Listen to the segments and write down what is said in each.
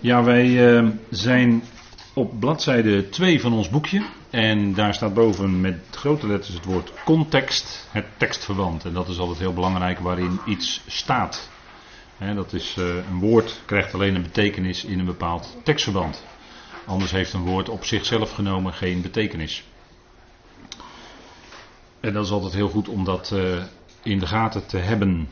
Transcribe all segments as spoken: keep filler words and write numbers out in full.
Ja, wij uh, zijn op bladzijde twee van ons boekje. En daar staat boven met grote letters het woord context, het tekstverband. En dat is altijd heel belangrijk waarin iets staat. He, dat is uh, een woord krijgt alleen een betekenis in een bepaald tekstverband. Anders heeft een woord op zichzelf genomen geen betekenis. En dat is altijd heel goed om dat uh, in de gaten te hebben.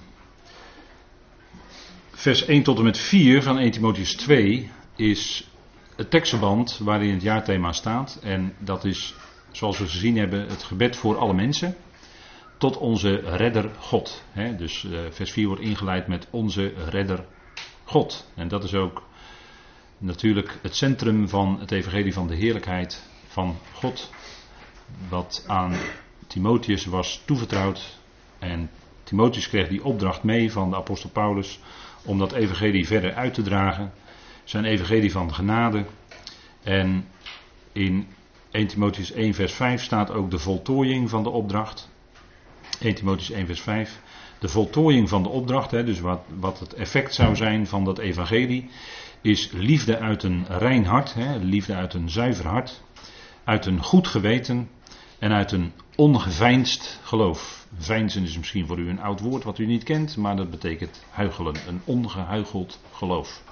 Vers één tot en met vier van Eerste Timotheüs twee is het tekstverband waarin het jaarthema staat. En dat is, zoals we gezien hebben, het gebed voor alle mensen. Tot onze redder God. He, dus uh, vers vier wordt ingeleid met onze redder God. En dat is ook natuurlijk het centrum van het evangelie van de heerlijkheid van God. Wat aan Timotheus was toevertrouwd. En Timotheus kreeg die opdracht mee van de apostel Paulus om dat evangelie verder uit te dragen. Zijn evangelie van genade. En in Eerste Timotheüs één vers vijf staat ook de voltooiing van de opdracht. Eerste Timotheüs één vers vijf. De voltooiing van de opdracht, hè, dus wat, wat het effect zou zijn van dat evangelie, is liefde uit een rein hart, hè, liefde uit een zuiver hart, uit een goed geweten en uit een ongeveinsd geloof. Veinzen is misschien voor u een oud woord wat u niet kent, maar dat betekent huichelen, een ongehuicheld geloof.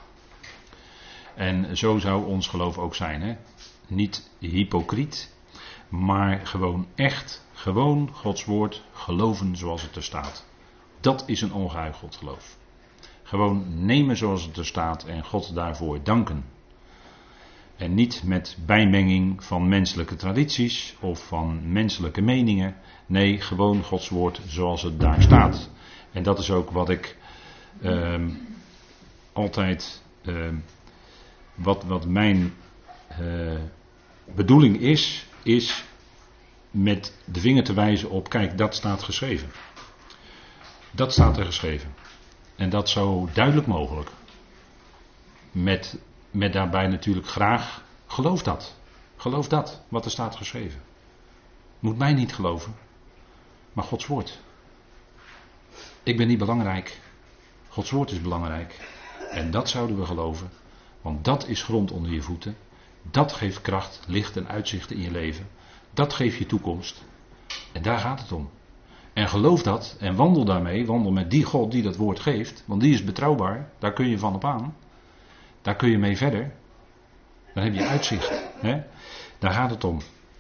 En zo zou ons geloof ook zijn, hè? Niet hypocriet, maar gewoon echt, gewoon Gods woord geloven zoals het er staat. Dat is een ongehuicheld geloof. Gewoon nemen zoals het er staat en God daarvoor danken. En niet met bijmenging van menselijke tradities of van menselijke meningen. Nee, gewoon Gods woord zoals het daar staat. En dat is ook wat ik uh, altijd, uh, wat, wat mijn uh, bedoeling is, is met de vinger te wijzen op, kijk, dat staat geschreven. Dat staat er geschreven. En dat zo duidelijk mogelijk. Met, met daarbij natuurlijk graag, geloof dat. Geloof dat, wat er staat geschreven. Moet mij niet geloven, maar Gods woord. Ik ben niet belangrijk. Gods woord is belangrijk. En dat zouden we geloven. Want dat is grond onder je voeten. Dat geeft kracht, licht en uitzicht in je leven. Dat geeft je toekomst. En daar gaat het om. En geloof dat en wandel daarmee. Wandel met die God die dat woord geeft. Want die is betrouwbaar. Daar kun je van op aan. Daar kun je mee verder. Dan heb je uitzicht. Hè? Daar gaat het om.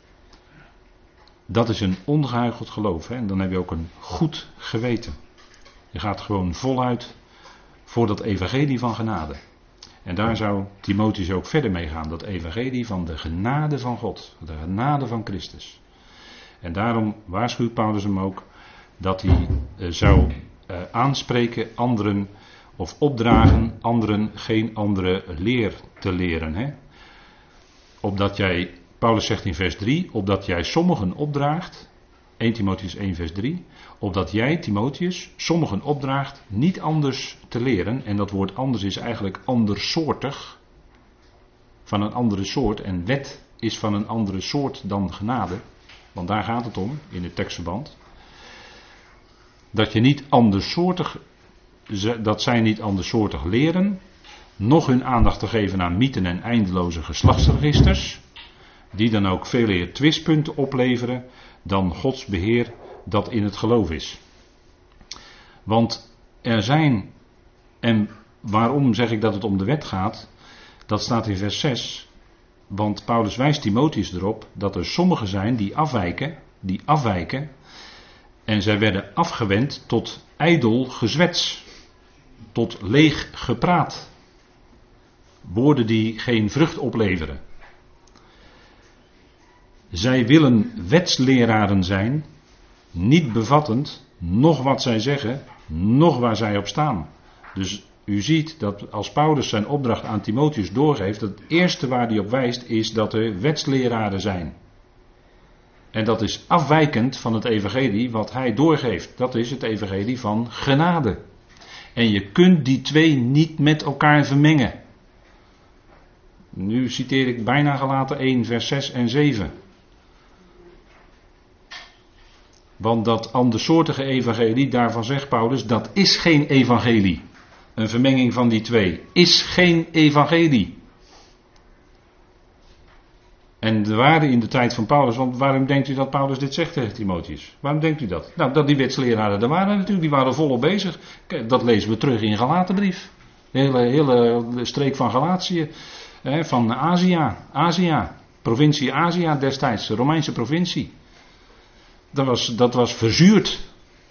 Dat is een ongehuicheld geloof. Hè? En dan heb je ook een goed geweten. Je gaat gewoon voluit voor dat evangelie van genade. En daar zou Timotheus ook verder mee gaan. Dat evangelie van de genade van God. De genade van Christus. En daarom waarschuwt Paulus hem ook dat hij uh, zou uh, aanspreken anderen of opdragen anderen geen andere leer te leren. Hè? Opdat jij, Paulus zegt in vers drie, opdat jij sommigen opdraagt, Eerste Timotheüs één vers drie, opdat jij, Timotheus, sommigen opdraagt niet anders te leren. En dat woord anders is eigenlijk andersoortig, van een andere soort. En wet is van een andere soort dan genade. Want daar gaat het om, in het tekstverband. Dat je niet andersoortig, dat zij niet andersoortig leren, nog hun aandacht te geven aan mythen en eindeloze geslachtsregisters, die dan ook veel eer twistpunten opleveren dan Gods beheer dat in het geloof is. Want er zijn, en waarom zeg ik dat het om de wet gaat, dat staat in vers zes, want Paulus wijst Timotheus erop dat er sommigen zijn die afwijken, die afwijken, en zij werden afgewend tot ijdel gezwets, tot leeg gepraat. Woorden die geen vrucht opleveren. Zij willen wetsleraren zijn, niet bevattend, noch wat zij zeggen, noch waar zij op staan. Dus u ziet dat als Paulus zijn opdracht aan Timotheus doorgeeft, het eerste waar hij op wijst is dat er wetsleraren zijn. En dat is afwijkend van het evangelie wat hij doorgeeft. Dat is het evangelie van genade. En je kunt die twee niet met elkaar vermengen. Nu citeer ik bijna Galaten één vers zes en zeven. Want dat andersoortige evangelie, daarvan zegt Paulus, dat is geen evangelie. een vermenging van die twee, is geen evangelie. En er waren in de tijd van Paulus, want waarom denkt u dat Paulus dit zegt tegen Timotheus? Waarom denkt u dat? Nou, dat die wetsleraren er waren natuurlijk, die waren volop bezig. Kijk, dat lezen we terug in Galatenbrief. De hele, hele streek van Galatië, hè, van Azië, Azië, provincie Azië destijds, de Romeinse provincie. Dat was, dat was verzuurd.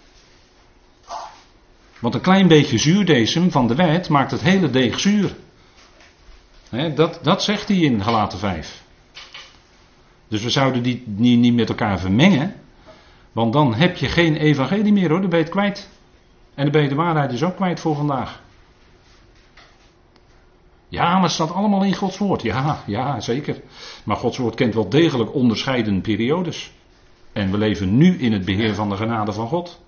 Want een klein beetje zuurdesem van de wet maakt het hele deeg zuur. Hè, dat, dat zegt hij in Galaten vijf. Dus we zouden die niet, niet met elkaar vermengen. Want dan heb je geen evangelie meer hoor, dan ben je het kwijt. En dan ben je de waarheid dus ook kwijt voor vandaag. Ja, maar het staat allemaal in Gods woord. Ja, ja, zeker. Maar Gods woord kent wel degelijk onderscheidende periodes. En we leven nu in het beheer van de genade van God.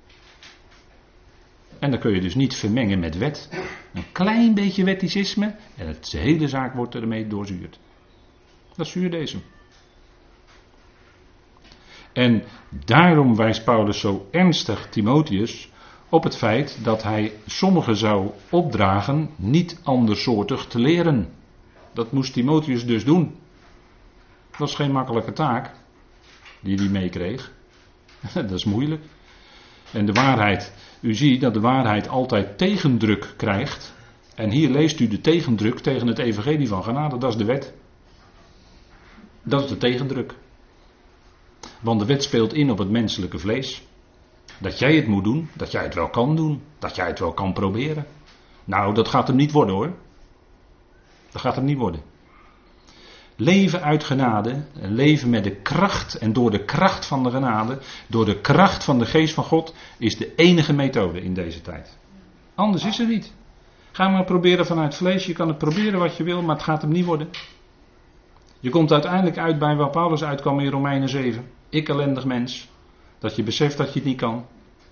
En dan kun je dus niet vermengen met wet. Een klein beetje wetticisme en het, de hele zaak wordt ermee doorzuurd. Dat is zuurdesem. En daarom wijst Paulus zo ernstig Timotheus op het feit dat hij sommigen zou opdragen niet andersoortig te leren. Dat moest Timotheus dus doen. Dat is geen makkelijke taak die hij meekreeg. Dat is moeilijk. En de waarheid, u ziet dat de waarheid altijd tegendruk krijgt. En hier leest u de tegendruk tegen het evangelie van genade, dat is de wet. Dat is de tegendruk. Want de wet speelt in op het menselijke vlees. Dat jij het moet doen, dat jij het wel kan doen, dat jij het wel kan proberen. Nou, dat gaat hem niet worden hoor. Dat gaat hem niet worden. Leven uit genade, leven met de kracht en door de kracht van de genade, door de kracht van de geest van God, is de enige methode in deze tijd. Anders is er niet. Ga maar proberen vanuit vlees, je kan het proberen wat je wil, maar het gaat hem niet worden. Je komt uiteindelijk uit bij waar Paulus uitkwam in Romeinen zeven. Ik ellendig mens. Dat je beseft dat je het niet kan.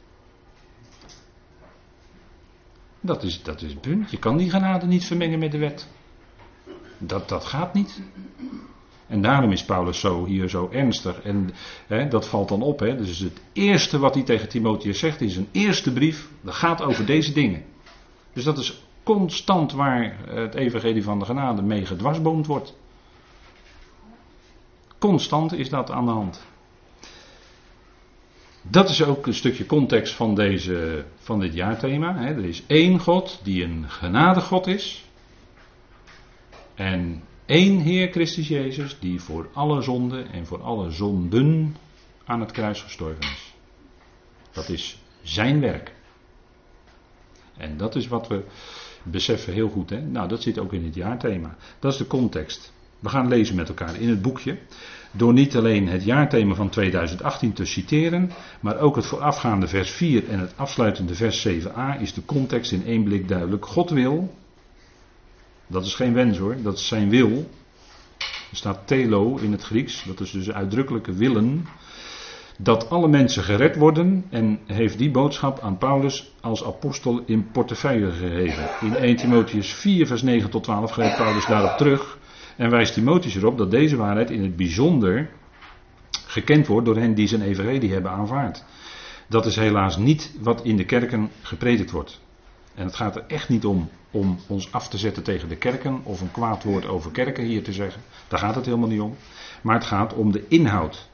Dat is, dat is het punt. Je kan die genade niet vermengen met de wet. Dat, dat gaat niet. En daarom is Paulus zo, hier zo ernstig. En hè, dat valt dan op. Hè. Dus het eerste wat hij tegen Timotheus zegt is een eerste brief. Dat gaat over deze dingen. Dus dat is constant waar het evangelie van de genade mee gedwarsboomd wordt. Constant is dat aan de hand. Dat is ook een stukje context van, deze, van dit jaarthema. Hè. Er is één God die een genadegod is. En één Heer Christus Jezus die voor alle zonden en voor alle zonden aan het kruis gestorven is. Dat is zijn werk. En dat is wat we beseffen heel goed. Hè? Nou, dat zit ook in het jaarthema. Dat is de context. We gaan lezen met elkaar in het boekje. Door niet alleen het jaarthema van tweeduizend achttien te citeren, maar ook het voorafgaande vers vier en het afsluitende vers zeven a is de context in één blik duidelijk. God wil, dat is geen wens hoor, dat is zijn wil. Er staat telo in het Grieks, dat is dus uitdrukkelijke willen. Dat alle mensen gered worden en heeft die boodschap aan Paulus als apostel in portefeuille gegeven. In eerste Timotheus vier vers negen tot twaalf grijpt Paulus daarop terug. En wijst Timotheus erop dat deze waarheid in het bijzonder gekend wordt door hen die zijn evangelie hebben aanvaard. Dat is helaas niet wat in de kerken gepredikt wordt. En het gaat er echt niet om om ons af te zetten tegen de kerken of een kwaad woord over kerken hier te zeggen. Daar gaat het helemaal niet om. Maar het gaat om de inhoud.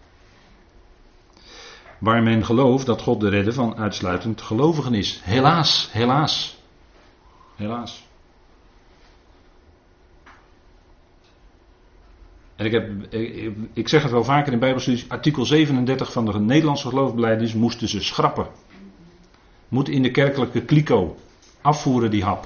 Waar men gelooft dat God de redder van uitsluitend gelovigen is. Helaas, helaas. Helaas. En ik, heb, ik, ik zeg het wel vaker in Bijbelstudies, artikel zevenendertig van de Nederlandse geloofsbelijdenis moesten ze schrappen. Moet in de kerkelijke kliko afvoeren die hap.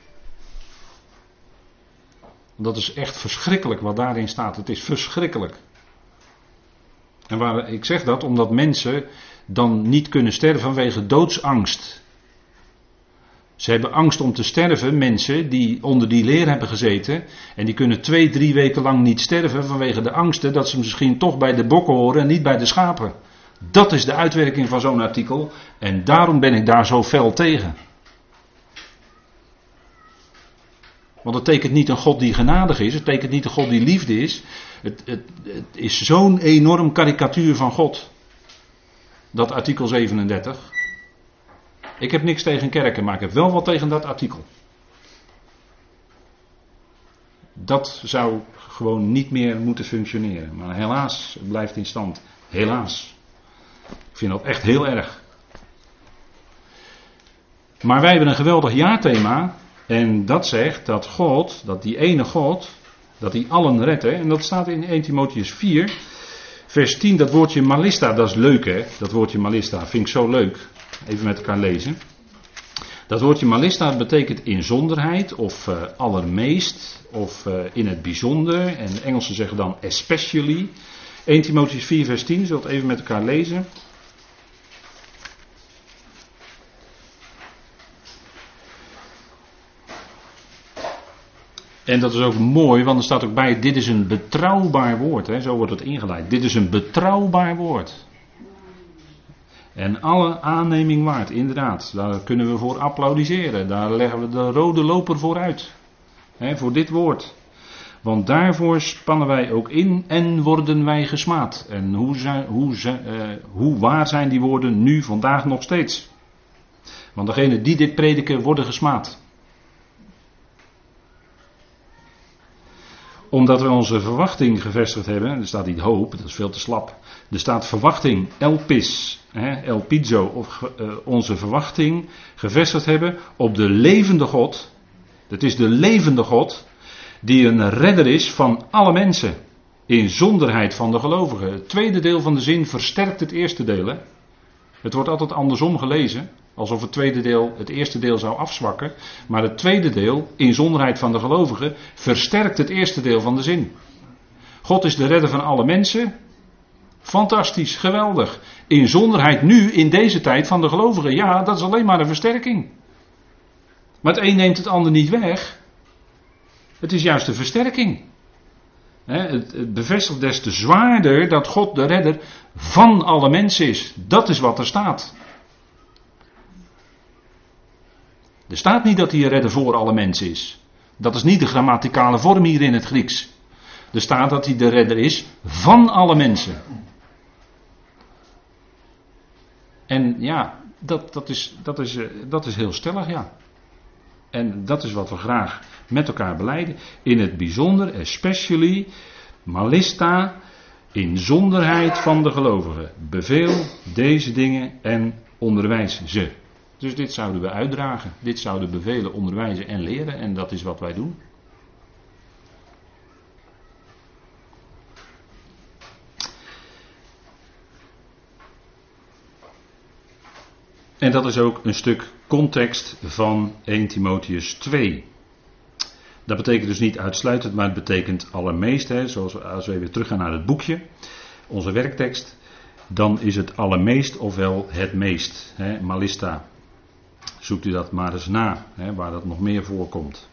Dat is echt verschrikkelijk wat daarin staat. Het is verschrikkelijk. En waar, ik zeg dat omdat mensen dan niet kunnen sterven vanwege doodsangst. Ze hebben angst om te sterven, mensen die onder die leer hebben gezeten. En die kunnen twee, drie weken lang niet sterven vanwege de angsten dat ze misschien toch bij de bokken horen en niet bij de schapen. Dat is de uitwerking van zo'n artikel. En daarom ben ik daar zo fel tegen. Want het tekent niet een God die genadig is. Het tekent niet een God die liefde is. Het, het, het is zo'n enorm karikatuur van God. Dat artikel zevenendertig. Ik heb niks tegen kerken, maar ik heb wel wat tegen dat artikel. Dat zou gewoon niet meer moeten functioneren. Maar helaas, het blijft in stand. Helaas. Ik vind dat echt heel erg. Maar wij hebben een geweldig jaarthema. En dat zegt dat God, dat die ene God, dat die allen redt. Hè? En dat staat in Eerste Timotheüs vier, vers tien. Dat woordje malista, dat is leuk hè. Dat woordje malista vind ik zo leuk. Even met elkaar lezen. Dat woordje malista betekent inzonderheid of uh, allermeest of uh, in het bijzonder. En de Engelsen zeggen dan especially. Eerste Timotheüs vier vers tien, zult even met elkaar lezen. En dat is ook mooi, want er staat ook bij, dit is een betrouwbaar woord. Hè, zo wordt het ingeleid. Dit is een betrouwbaar woord. En alle aanneming waard, inderdaad. Daar kunnen we voor applaudisseren. Daar leggen we de rode loper voor uit. Hè, voor dit woord. Want daarvoor spannen wij ook in en worden wij gesmaad. En hoe, zijn, hoe, uh, hoe waar zijn die woorden nu, vandaag nog steeds? Want degenen die dit prediken worden gesmaad. Omdat we onze verwachting gevestigd hebben, er staat niet hoop, dat is veel te slap. Er staat verwachting, elpis, hè, elpizo, of uh, onze verwachting gevestigd hebben op de levende God. Dat is de levende God, die een redder is van alle mensen. Inzonderheid van de gelovigen. Het tweede deel van de zin versterkt het eerste deel. Hè? Het wordt altijd andersom gelezen. Alsof het tweede deel het eerste deel zou afzwakken. Maar het tweede deel, inzonderheid van de gelovigen, versterkt het eerste deel van de zin. God is de redder van alle mensen. Fantastisch, geweldig. Inzonderheid nu, in deze tijd van de gelovigen. Ja, dat is alleen maar een versterking. Maar het een neemt het ander niet weg. Het is juist een versterking. Het, het bevestigt des te zwaarder dat God de redder van alle mensen is. Dat is wat er staat. Er staat niet dat hij een redder voor alle mensen is. Dat is niet de grammaticale vorm hier in het Grieks. Er staat dat hij de redder is van alle mensen. En ja, dat, dat, is, dat, is, dat is heel stellig, ja. En dat is wat we graag met elkaar belijden. In het bijzonder, especially, malista, inzonderheid van de gelovigen. Beveel deze dingen en onderwijs ze. Dus dit zouden we uitdragen. Dit zouden bevelen, onderwijzen en leren. En dat is wat wij doen. En dat is ook een stuk context van Eerste Timotheüs twee. Dat betekent dus niet uitsluitend, maar het betekent allermeest. Hè, zoals we, als we weer teruggaan naar het boekje, onze werktekst, dan is het allermeest ofwel het meest. Hè, malista. Zoekt u dat maar eens na, hè, waar dat nog meer voorkomt.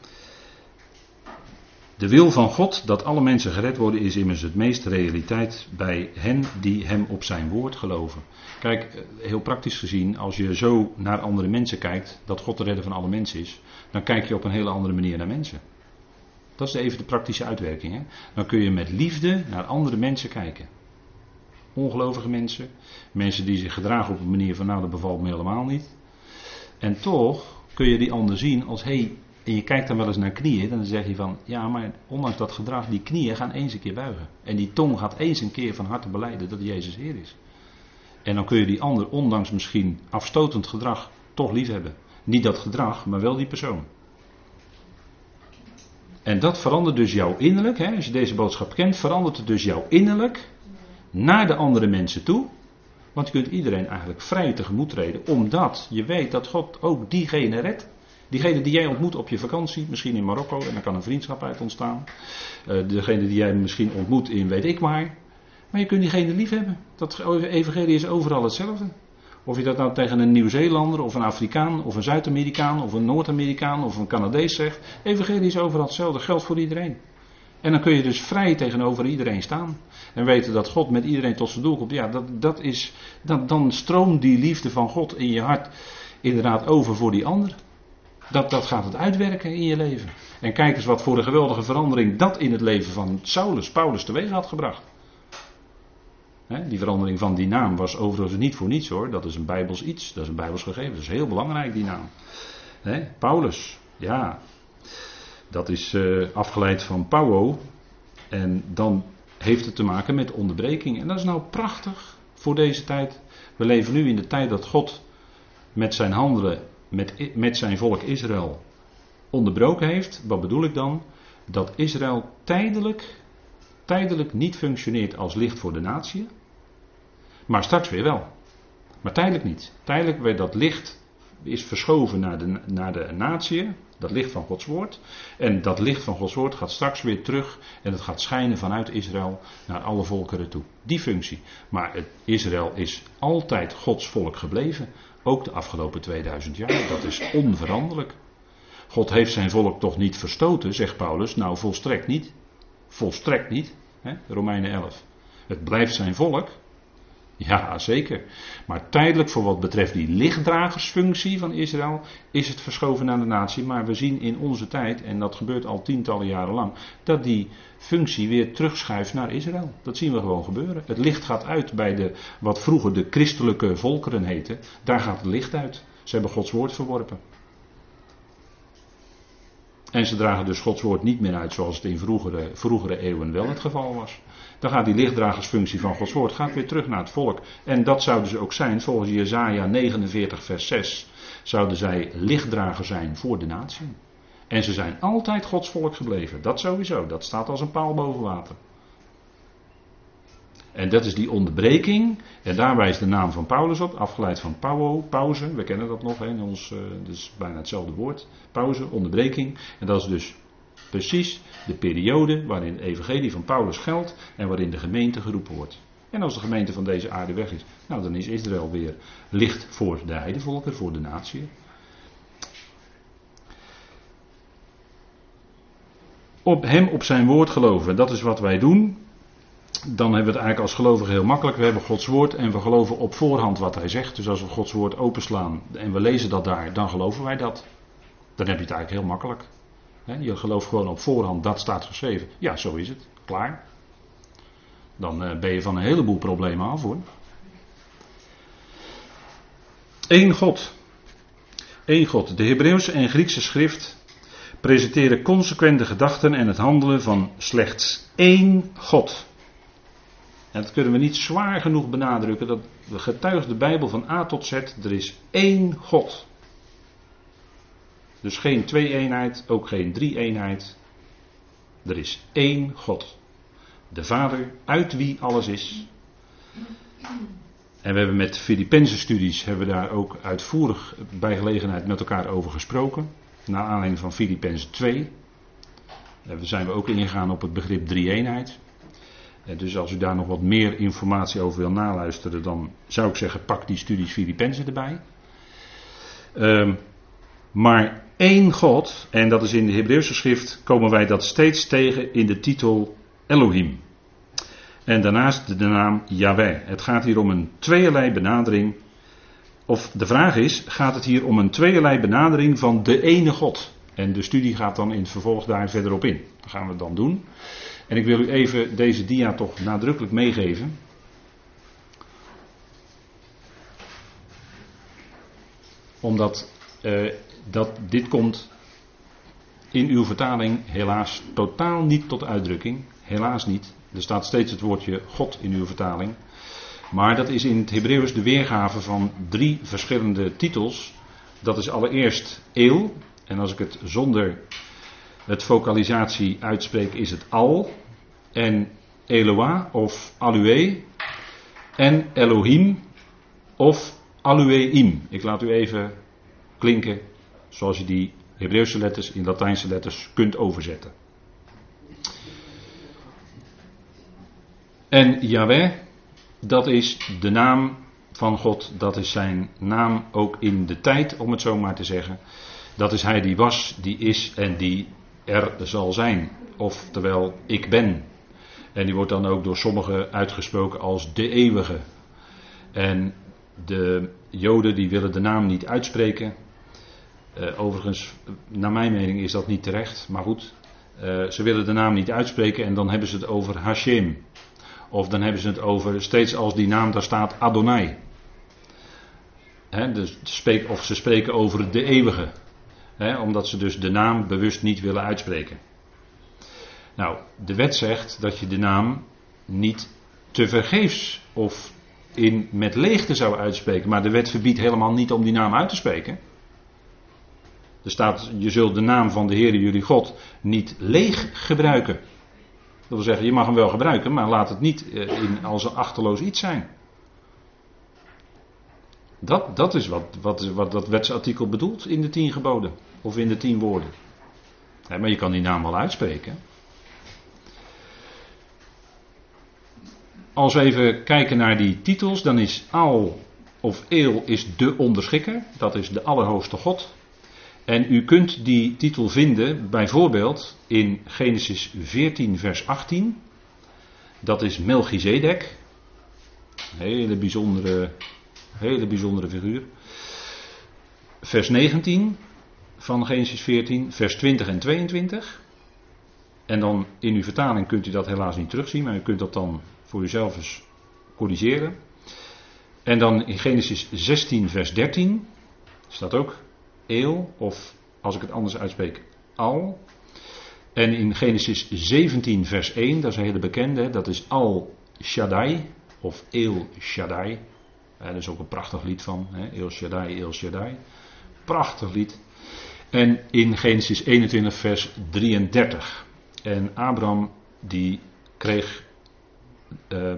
De wil van God dat alle mensen gered worden is immers het meest realiteit bij hen die hem op zijn woord geloven. Kijk, heel praktisch gezien, als je zo naar andere mensen kijkt, dat God de redder van alle mensen is, dan kijk je op een hele andere manier naar mensen. Dat is even de praktische uitwerking. Hè? Dan kun je met liefde naar andere mensen kijken. Ongelovige mensen, mensen die zich gedragen op een manier van nou dat bevalt me helemaal niet. En toch kun je die ander zien als hé, hey, en je kijkt dan wel eens naar knieën, dan zeg je van ja, maar ondanks dat gedrag, die knieën gaan eens een keer buigen. En die tong gaat eens een keer van harte belijden dat Jezus Heer is. En dan kun je die ander, ondanks misschien afstotend gedrag, toch lief hebben. Niet dat gedrag, maar wel die persoon. En dat verandert dus jouw innerlijk, hè, als je deze boodschap kent, verandert het dus jouw innerlijk naar de andere mensen toe. Want je kunt iedereen eigenlijk vrij tegemoet treden, omdat je weet dat God ook diegene redt. Diegene die jij ontmoet op je vakantie, misschien in Marokko, en daar kan een vriendschap uit ontstaan. Uh, degene die jij misschien ontmoet in weet ik waar. Maar je kunt diegene lief hebben. Dat evangelie is overal hetzelfde. Of je dat nou tegen een Nieuw-Zeelander, of een Afrikaan, of een Zuid-Amerikaan, of een Noord-Amerikaan, of een Canadees zegt. Evangelie is overal hetzelfde, geldt voor iedereen. En dan kun je dus vrij tegenover iedereen staan. En weten dat God met iedereen tot zijn doel komt. Ja, dat, dat is, dat, dan stroomt die liefde van God in je hart inderdaad over voor die ander. Dat, dat gaat het uitwerken in je leven. En kijk eens wat voor een geweldige verandering dat in het leven van Saulus, Paulus teweeg had gebracht. He, die verandering van die naam was overigens niet voor niets hoor. Dat is een bijbels iets, dat is een bijbels gegeven. Dat is heel belangrijk die naam. He, Paulus, ja. Dat is uh, afgeleid van Pauwo. En dan heeft het te maken met onderbreking. En dat is nou prachtig voor deze tijd. We leven nu in de tijd dat God met zijn handelen, met, met zijn volk Israël onderbroken heeft. Wat bedoel ik dan? Dat Israël tijdelijk, tijdelijk niet functioneert als licht voor de natie. Maar straks weer wel. Maar tijdelijk niet. Tijdelijk werd dat licht is verschoven naar de, naar de natie. Dat licht van Gods woord. En dat licht van Gods woord gaat straks weer terug. En het gaat schijnen vanuit Israël naar alle volkeren toe. Die functie. Maar het, Israël is altijd Gods volk gebleven. Ook de afgelopen tweeduizend jaar. Dat is onveranderlijk. God heeft zijn volk toch niet verstoten, zegt Paulus. Nou, volstrekt niet. Volstrekt niet. Hè? Romeinen elf. Het blijft zijn volk. Ja, zeker. Maar tijdelijk voor wat betreft die lichtdragersfunctie van Israël is het verschoven naar de natie. Maar we zien in onze tijd, en dat gebeurt al tientallen jaren lang, dat die functie weer terugschuift naar Israël. Dat zien we gewoon gebeuren. Het licht gaat uit bij de, wat vroeger de christelijke volkeren heette. Daar gaat het licht uit. Ze hebben Gods woord verworpen. En ze dragen dus Gods woord niet meer uit zoals het in vroegere, vroegere eeuwen wel het geval was. Dan gaat die lichtdragersfunctie van Gods woord gaat weer terug naar het volk. En dat zouden ze ook zijn, volgens Jesaja negenenveertig vers zes. Zouden zij lichtdrager zijn voor de natie. En ze zijn altijd Gods volk gebleven. Dat sowieso, dat staat als een paal boven water. En dat is die onderbreking. En daar wijst de naam van Paulus op, afgeleid van pauwo, pauze. We kennen dat nog, hè, in ons, uh, dat is bijna hetzelfde woord. Pauze, onderbreking. En dat is dus precies de periode waarin het evangelie van Paulus geldt en waarin de gemeente geroepen wordt. En als de gemeente van deze aarde weg is, nou dan is Israël weer licht voor de heidevolken, voor de natie. Op hem, op zijn woord geloven, dat is wat wij doen. Dan hebben we het eigenlijk als gelovigen heel makkelijk. We hebben Gods woord en we geloven op voorhand wat hij zegt. Dus als we Gods woord openslaan en we lezen dat daar, dan geloven wij dat. Dan heb je het eigenlijk heel makkelijk. Je gelooft gewoon op voorhand, dat staat geschreven. Ja, zo is het. Klaar. Dan ben je van een heleboel problemen af hoor. Eén God. Eén God. De Hebreeuwse en Griekse schrift presenteren consequente gedachten en het handelen van slechts één God. En dat kunnen we niet zwaar genoeg benadrukken. Dat getuigt de Bijbel van A tot Z. Er is één God. Dus geen twee-eenheid, ook geen drie-eenheid. Er is één God. De Vader, uit wie alles is. En we hebben met Filippenzen studies, hebben we daar ook uitvoerig bij gelegenheid met elkaar over gesproken. Naar aanleiding van Filippenzen twee. Daar zijn we ook ingegaan op het begrip drie-eenheid. Dus als u daar nog wat meer informatie over wil naluisteren, dan zou ik zeggen, pak die studies Filippenzen erbij. Um, maar één God, en dat is in de Hebreeuwse schrift, komen wij dat steeds tegen in de titel Elohim. En daarnaast de naam Yahweh. Het gaat hier om een tweeërlei benadering. Of de vraag is, gaat het hier om een tweeërlei benadering van de ene God? En de studie gaat dan in het vervolg daar verder op in. Dat gaan we dan doen. En ik wil u even deze dia toch nadrukkelijk meegeven. Omdat uh, dat, dit komt in uw vertaling helaas totaal niet tot uitdrukking. Helaas niet. Er staat steeds het woordje God in uw vertaling. Maar dat is in het Hebreeuws de weergave van drie verschillende titels. Dat is allereerst El. En als ik het zonder het vocalisatie uitspreek is het Al. En Eloah of Alue. En Elohim of Alueim. Ik laat u even klinken zoals je die Hebreeuwse letters in Latijnse letters kunt overzetten. En Yahweh, dat is de naam van God, dat is zijn naam ook in de tijd, om het zo maar te zeggen. Dat is hij die was, die is en die er zal zijn. Oftewel, ik ben. En die wordt dan ook door sommigen uitgesproken als de eeuwige. En de Joden die willen de naam niet uitspreken. Uh, overigens, naar mijn mening is dat niet terecht, maar goed. Uh, ze willen de naam niet uitspreken en dan hebben ze het over Hashem. Of dan hebben ze het over, steeds als die naam daar staat, Adonai. He, dus spreek, of ze spreken over de eeuwige. He, omdat ze dus de naam bewust niet willen uitspreken. Nou, de wet zegt dat je de naam niet te vergeefs of in, met leegte zou uitspreken. Maar de wet verbiedt helemaal niet om die naam uit te spreken. Er staat, je zult de naam van de Heere jullie God niet leeg gebruiken. Dat wil zeggen, je mag hem wel gebruiken, maar laat het niet in, als een achterloos iets zijn. Dat, dat is wat, wat, wat dat wetsartikel bedoelt in de tien geboden. Of in de tien woorden. Ja, maar je kan die naam wel uitspreken. Als we even kijken naar die titels, dan is Al of Eel is de onderschikker. Dat is de Allerhoogste God. En u kunt die titel vinden bijvoorbeeld in Genesis veertien vers achttien. Dat is Melchizedek. Een hele bijzondere, hele bijzondere figuur. Vers negentien van Genesis veertien, vers twintig en tweeëntwintig. En dan in uw vertaling kunt u dat helaas niet terugzien, maar u kunt dat dan voor uzelf eens corrigeren. En dan in Genesis zestien vers dertien staat ook Eel, of als ik het anders uitspreek, Al. En in Genesis zeventien vers één, dat is een hele bekende, dat is Al Shaddai, of Eel Shaddai. Daar is ook een prachtig lied van, hè? El Shaddai, El Shaddai. Prachtig lied. En in Genesis eenentwintig vers drieëndertig. En Abraham die kreeg, uh,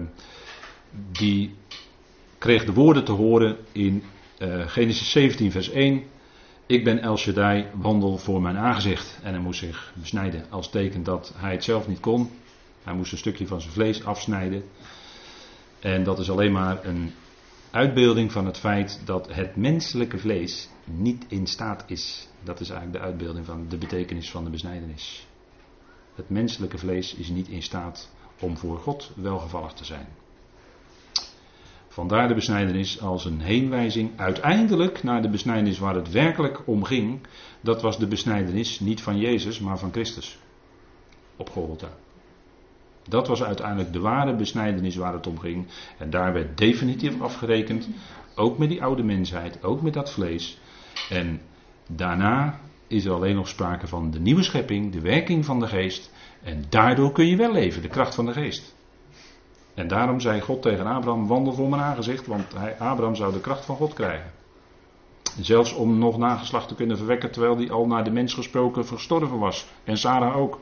die kreeg de woorden te horen in uh, Genesis zeventien vers één. Ik ben El Shaddai, wandel voor mijn aangezicht. En hij moest zich besnijden als teken dat hij het zelf niet kon. Hij moest een stukje van zijn vlees afsnijden. En dat is alleen maar een uitbeelding van het feit dat het menselijke vlees niet in staat is. Dat is eigenlijk de uitbeelding van de betekenis van de besnijdenis. Het menselijke vlees is niet in staat om voor God welgevallig te zijn. Vandaar de besnijdenis als een heenwijzing uiteindelijk naar de besnijdenis waar het werkelijk om ging. Dat was de besnijdenis niet van Jezus, maar van Christus. Op Golgotha. Dat was uiteindelijk de ware besnijdenis waar het om ging. En daar werd definitief afgerekend. Ook met die oude mensheid, ook met dat vlees. En daarna is er alleen nog sprake van de nieuwe schepping, de werking van de geest. En daardoor kun je wel leven, de kracht van de geest. En daarom zei God tegen Abraham, wandel voor mijn aangezicht, want hij, Abraham zou de kracht van God krijgen. En zelfs om nog nageslacht te kunnen verwekken, terwijl hij al naar de mens gesproken gestorven was. En Sarah ook.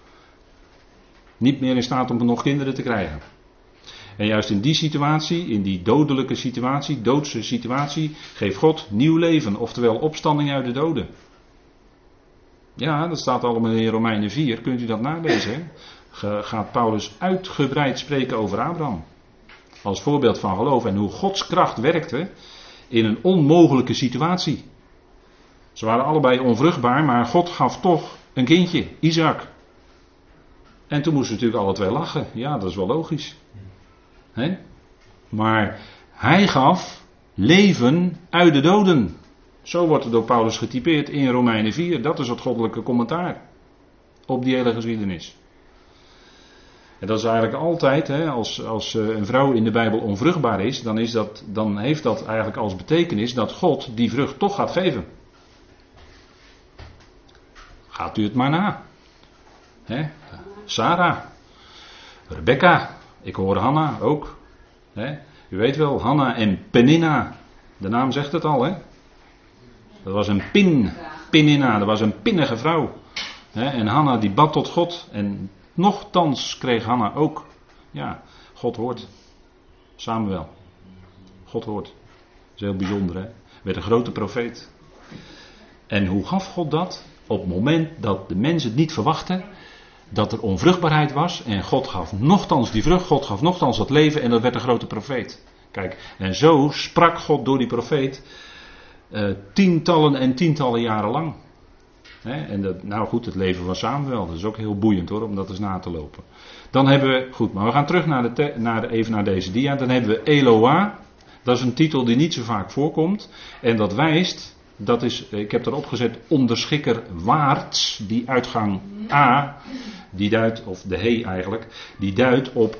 Niet meer in staat om nog kinderen te krijgen. En juist in die situatie, in die dodelijke situatie, doodse situatie, geeft God nieuw leven, oftewel opstanding uit de doden. Ja, dat staat allemaal in Romeinen vier, kunt u dat nalezen, hè? Gaat Paulus uitgebreid spreken over Abraham. Als voorbeeld van geloof en hoe Gods kracht werkte in een onmogelijke situatie. Ze waren allebei onvruchtbaar, maar God gaf toch een kindje, Isaac. En toen moesten ze natuurlijk alle twee lachen. Ja, dat is wel logisch. He? Maar hij gaf leven uit de doden. Zo wordt het door Paulus getypeerd in Romeinen vier. Dat is het goddelijke commentaar op die hele geschiedenis. En dat is eigenlijk altijd, hè, als, als een vrouw in de Bijbel onvruchtbaar is, dan, is dat, dan heeft dat eigenlijk als betekenis dat God die vrucht toch gaat geven. Gaat u het maar na. Hè? Sarah, Rebecca, ik hoor Hanna ook. Hè? U weet wel, Hanna en Peninna, de naam zegt het al, hè? Dat was een pin, Peninna, dat was een pinnige vrouw. Hè? En Hanna die bad tot God en nochtans kreeg Hanna ook, ja, God hoort. Samuel, God hoort. Dat is heel bijzonder, hè? Werd een grote profeet. En hoe gaf God dat? Op het moment dat de mensen het niet verwachten, dat er onvruchtbaarheid was en God gaf nochtans die vrucht, God gaf nochtans dat leven en dat werd een grote profeet. Kijk, en zo sprak God door die profeet uh, tientallen en tientallen jaren lang. He, en dat, nou goed, het leven van Samuel, dat is ook heel boeiend hoor, om dat eens na te lopen. Dan hebben we, goed, maar we gaan terug naar de te, naar de, even naar deze dia. Dan hebben we Eloah, dat is een titel die niet zo vaak voorkomt. En dat wijst, dat is, ik heb erop gezet, onderschikker waarts, die uitgang A, die duidt, of de he eigenlijk, die duidt op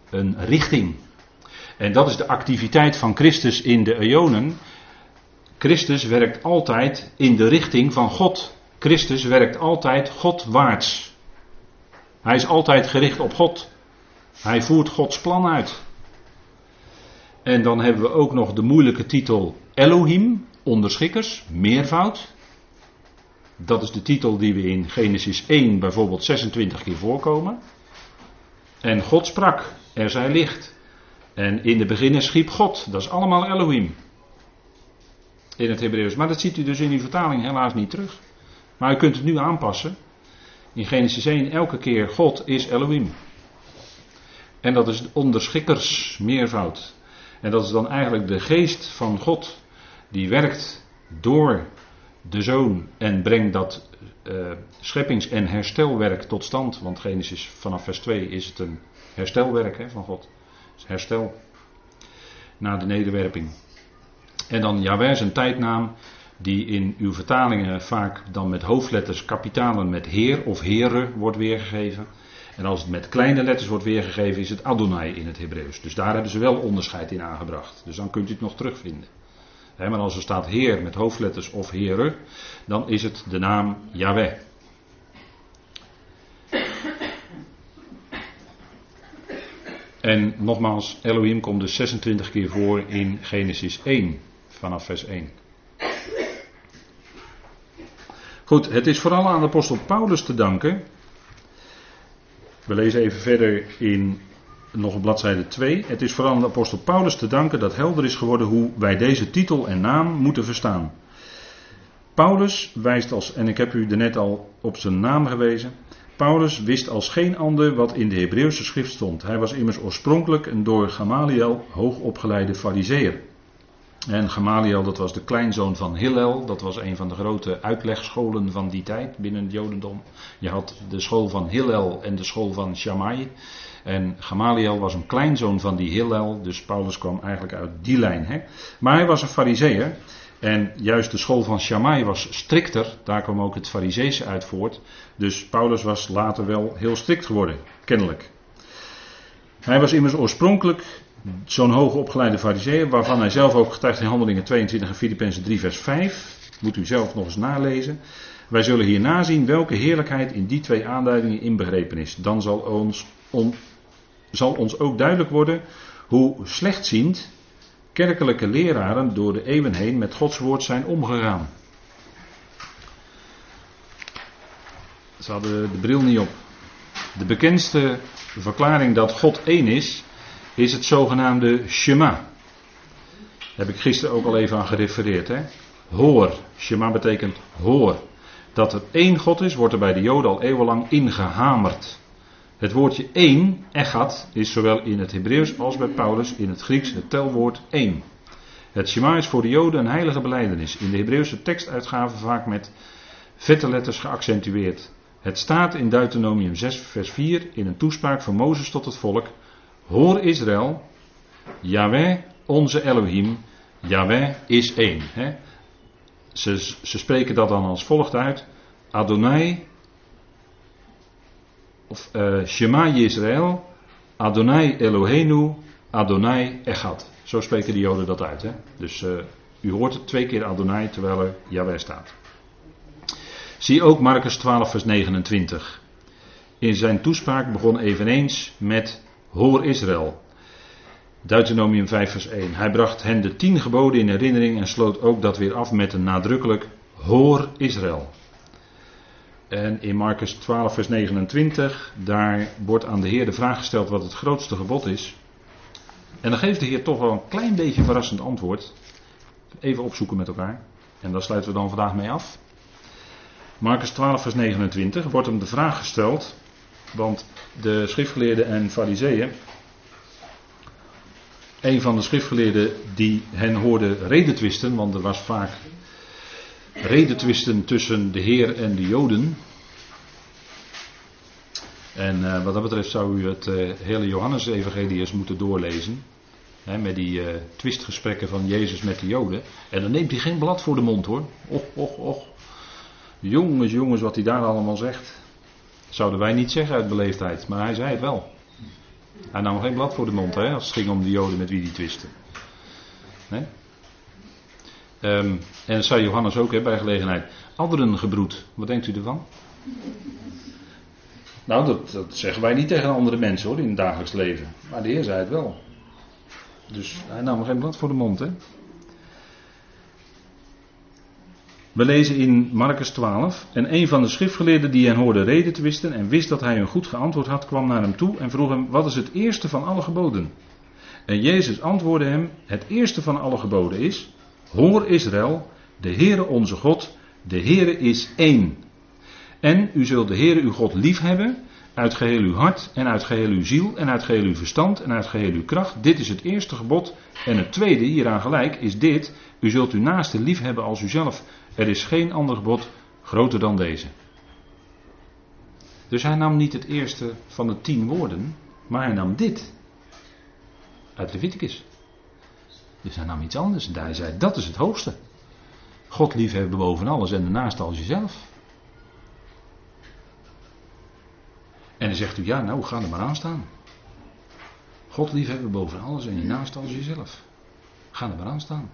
een richting. En dat is de activiteit van Christus in de eonen. Christus werkt altijd in de richting van God. Christus werkt altijd Godwaarts. Hij is altijd gericht op God. Hij voert Gods plan uit. En dan hebben we ook nog de moeilijke titel Elohim, onderschikkers, meervoud. Dat is de titel die we in Genesis één bijvoorbeeld zesentwintig keer voorkomen. En God sprak, er zij licht. En in de beginnen schiep God, dat is allemaal Elohim. In het Hebreeuws. Maar dat ziet u dus in die vertaling helaas niet terug. Maar u kunt het nu aanpassen. In Genesis één elke keer God is Elohim. En dat is onderschikkers, meervoud. En dat is dan eigenlijk de geest van God. Die werkt door de Zoon en brengt dat uh, scheppings- en herstelwerk tot stand. Want Genesis vanaf vers twee is het een herstelwerk hè, van God. Het is herstel. Na de nederwerping. En dan Jahweh zijn tijdnaam. Die in uw vertalingen vaak dan met hoofdletters, kapitalen met Heer of Here wordt weergegeven. En als het met kleine letters wordt weergegeven is het Adonai in het Hebreeuws. Dus daar hebben ze wel onderscheid in aangebracht. Dus dan kunt u het nog terugvinden. He, maar als er staat Heer met hoofdletters of Here, dan is het de naam Jahweh. En nogmaals, Elohim komt dus zesentwintig keer voor in Genesis één, vanaf vers één. Goed, het is vooral aan de apostel Paulus te danken. We lezen even verder in nog op bladzijde twee. Het is vooral aan de apostel Paulus te danken dat helder is geworden hoe wij deze titel en naam moeten verstaan. Paulus wijst als, en ik heb u er net al op zijn naam gewezen. Paulus wist als geen ander wat in de Hebreeuwse schrift stond. Hij was immers oorspronkelijk een door Gamaliel hoogopgeleide farizeeër. En Gamaliel, dat was de kleinzoon van Hillel. Dat was een van de grote uitlegscholen van die tijd binnen het Jodendom. Je had de school van Hillel en de school van Shammai. En Gamaliel was een kleinzoon van die Hillel. Dus Paulus kwam eigenlijk uit die lijn. Hè? Maar hij was een farizeeër. En juist de school van Shammai was strikter. Daar kwam ook het farizeese uit voort. Dus Paulus was later wel heel strikt geworden. Kennelijk. Hij was immers oorspronkelijk zo'n hoogopgeleide farizeeër, waarvan hij zelf ook getuigt in Handelingen tweeëntwintig en Filippenzen drie vers vijf. Moet u zelf nog eens nalezen. Wij zullen hier nazien welke heerlijkheid in die twee aanduidingen inbegrepen is. Dan zal ons, on, zal ons ook duidelijk worden hoe slechtziend kerkelijke leraren door de eeuwen heen met Gods woord zijn omgegaan. Ze hadden de bril niet op. De bekendste verklaring dat God één is, is het zogenaamde Shema. Daar heb ik gisteren ook al even aan gerefereerd. Hè? Hoor. Shema betekent hoor. Dat er één God is, wordt er bij de Joden al eeuwenlang ingehamerd. Het woordje één, echad, is zowel in het Hebreeuws als bij Paulus in het Grieks het telwoord één. Het Shema is voor de Joden een heilige belijdenis. In de Hebreeuwse tekstuitgave vaak met vette letters geaccentueerd. Het staat in Deuteronomium zes vers vier in een toespraak van Mozes tot het volk. Hoor Israël, Jahweh, onze Elohim, Jahweh is één. Hè? Ze, ze spreken dat dan als volgt uit. Adonai, of uh, Shema Yisrael, Adonai Eloheinu, Adonai Echad. Zo spreken de Joden dat uit. Hè? Dus uh, u hoort het twee keer Adonai terwijl er Jahweh staat. Zie ook Markus twaalf vers negenentwintig. In zijn toespraak begon eveneens met Hoor Israël. Deuteronomium vijf vers één. Hij bracht hen de tien geboden in herinnering en sloot ook dat weer af met een nadrukkelijk Hoor Israël. En in Markus twaalf vers negenentwintig, daar wordt aan de Heer de vraag gesteld wat het grootste gebod is. En dan geeft de Heer toch wel een klein beetje verrassend antwoord. Even opzoeken met elkaar. En daar sluiten we dan vandaag mee af. Markus twaalf vers negenentwintig wordt hem de vraag gesteld. Want de schriftgeleerden en farizeeën, een van de schriftgeleerden die hen hoorde redetwisten, want er was vaak redetwisten tussen de Heer en de Joden. En uh, wat dat betreft zou u het uh, hele Johannes-evangelie eens moeten doorlezen. Hè, met die uh, twistgesprekken van Jezus met de Joden. En dan neemt hij geen blad voor de mond hoor. Och, och, och. Jongens, jongens, wat hij daar allemaal zegt. Zouden wij niet zeggen uit beleefdheid, maar hij zei het wel. Hij nam geen blad voor de mond, hè, als het ging om de Joden met wie hij twistte. Nee? Um, en dat zei Johannes ook, hè, bij gelegenheid. Anderen gebroed, wat denkt u ervan? Nou, dat, dat zeggen wij niet tegen andere mensen hoor, in het dagelijks leven. Maar de Heer zei het wel. Dus hij nam geen blad voor de mond, hè. We lezen in Markus twaalf. En een van de schriftgeleerden die hen hoorde reden twisten en wist dat hij hun goed geantwoord had, kwam naar hem toe en vroeg hem, wat is het eerste van alle geboden? En Jezus antwoordde hem, het eerste van alle geboden is, hoor Israël, de Heere onze God, de Heere is één. En u zult de Heere uw God lief hebben, uit geheel uw hart en uit geheel uw ziel en uit geheel uw verstand en uit geheel uw kracht. Dit is het eerste gebod. En het tweede, hieraan gelijk, is dit, u zult uw naaste lief hebben als uzelf. Er is geen ander gebod groter dan deze. Dus hij nam niet het eerste van de tien woorden, maar hij nam dit uit Leviticus. Dus hij nam iets anders en hij zei, dat is het hoogste. God liefhebben boven alles en de naaste als jezelf. En dan zegt u, ja nou, ga er maar aan staan. God liefhebben boven alles en je naaste als jezelf. Ga er maar aan staan.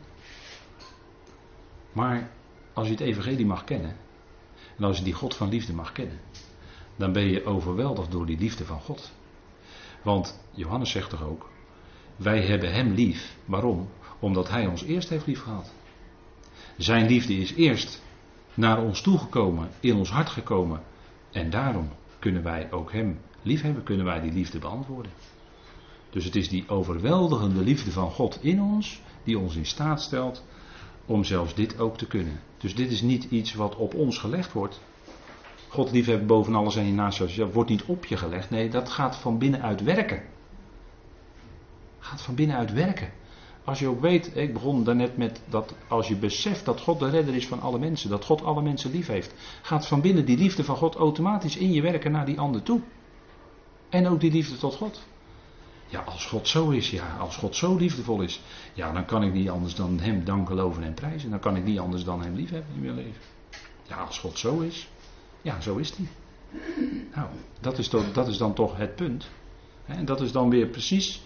Maar als je het evangelie mag kennen, en als je die God van liefde mag kennen, dan ben je overweldigd door die liefde van God. Want Johannes zegt toch ook, wij hebben hem lief. Waarom? Omdat hij ons eerst heeft lief gehad. Zijn liefde is eerst naar ons toegekomen, in ons hart gekomen. En daarom kunnen wij ook hem lief hebben, kunnen wij die liefde beantwoorden. Dus het is die overweldigende liefde van God in ons, die ons in staat stelt om zelfs dit ook te kunnen. Dus dit is niet iets wat op ons gelegd wordt. God liefhebben boven alles en je naast jezelf wordt niet op je gelegd. Nee, dat gaat van binnenuit werken. Gaat van binnenuit werken. Als je ook weet, ik begon daarnet met dat als je beseft dat God de redder is van alle mensen, dat God alle mensen lief heeft, gaat van binnen die liefde van God automatisch in je werken naar die ander toe. En ook die liefde tot God. Ja, als God zo is, ja, als God zo liefdevol is, ja, dan kan ik niet anders dan hem danken, loven en prijzen. Dan kan ik niet anders dan hem lief hebben in mijn leven. Ja, als God zo is, ja, zo is hij. Nou, dat is, toch, dat is dan toch het punt. En dat is dan weer precies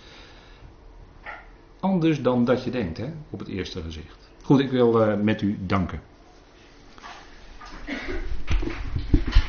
anders dan dat je denkt, hè, op het eerste gezicht. Goed, ik wil uh, met u danken.